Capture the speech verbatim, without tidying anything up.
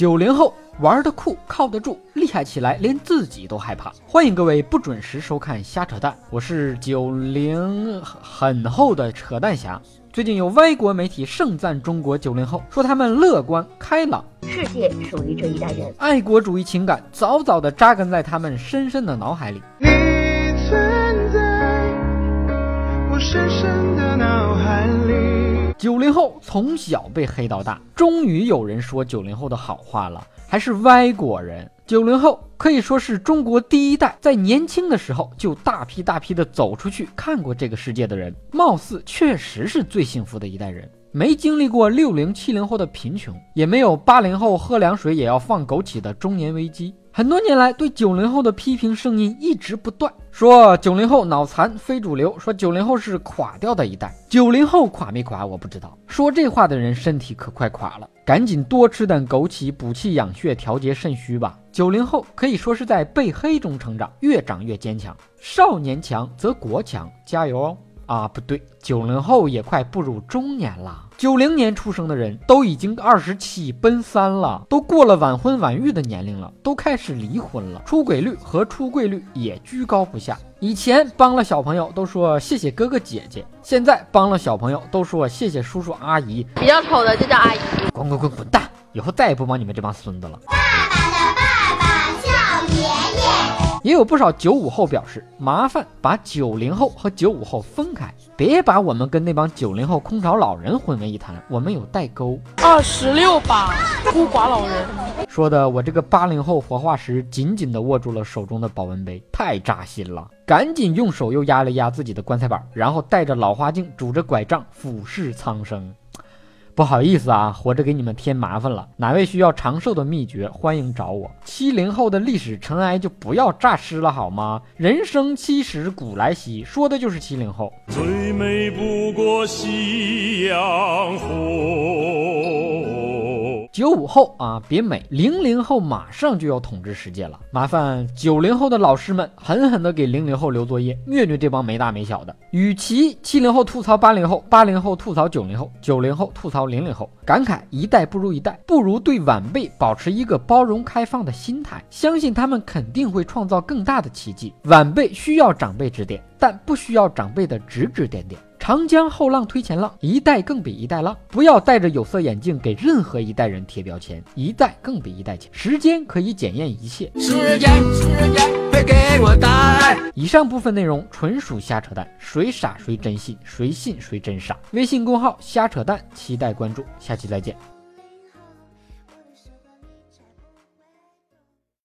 九零后玩得酷，靠得住，厉害起来连自己都害怕。欢迎各位不准时收看瞎扯淡，我是九零很厚的扯淡侠。最近有外国媒体盛赞中国九零后，说他们乐观开朗， 世界属于这一代人， 爱国主义情感早早地扎根在他们深深的脑海里。 你存在我深深的脑海里。 九零后从小被黑到大，终于有人说九零后的好话了，还是歪国人。九零后可以说是中国第一代在年轻的时候就大批大批的走出去看过这个世界的人，貌似确实是最幸福的一代人，没经历过六零七零后的贫穷，也没有八零后喝凉水也要放枸杞的中年危机。很多年来对九零后的批评声音一直不断，说九零后脑残非主流，说九零后是垮掉的一代。九零后垮没垮我不知道，说这话的人身体可快垮了，赶紧多吃点枸杞补气养血调节肾虚吧。九零后可以说是在被黑中成长，越长越坚强，少年强则国强，加油哦。啊，不对，九零后也快步入中年了。九零年出生的人都已经二十七奔三了，都过了晚婚晚育的年龄了，都开始离婚了，出轨率和出柜率也居高不下。以前帮了小朋友都说谢谢哥哥姐姐，现在帮了小朋友都说谢谢叔叔阿姨， 比较丑的就叫阿姨。 滚滚滚滚蛋！以后再也不帮你们这帮孙子了。 爸爸的爸爸叫爷爷。 也有不少九五后表示，麻烦把九零后和九五后分开，别把我们跟那帮九零后空巢老人混为一谈，我们有代沟。 二十六把孤寡老人， 说的我这个八零后活化石紧紧地握住了手中的保温杯，太扎心了，赶紧用手又压了压自己的棺材板，然后带着老花镜，拄着拐杖俯视苍生。不好意思啊，活着给你们添麻烦了，哪位需要长寿的秘诀欢迎找我。七零后的历史尘埃就不要诈尸了好吗？人生七十古来稀，说的就是七零后。 最美不过夕阳红。 九五后啊别美，零零后马上就要统治世界了，麻烦九零后的老师们狠狠的给零零后留作业，虐虐这帮没大没小的。与其七零后吐槽八零后，八零后吐槽九零后，九零后吐槽零零后，感慨一代不如一代，不如对晚辈保持一个包容开放的心态，相信他们肯定会创造更大的奇迹。晚辈需要长辈指点，但不需要长辈的指指点点。长江后浪推前浪，一代更比一代浪。不要戴着有色眼镜给任何一代人贴标签，一代更比一代强。时间可以检验一切， 时间时间会给我答案。 以上部分内容纯属瞎扯淡，谁傻谁真信，谁信谁真傻。微信公号瞎扯淡，期待关注，下期再见。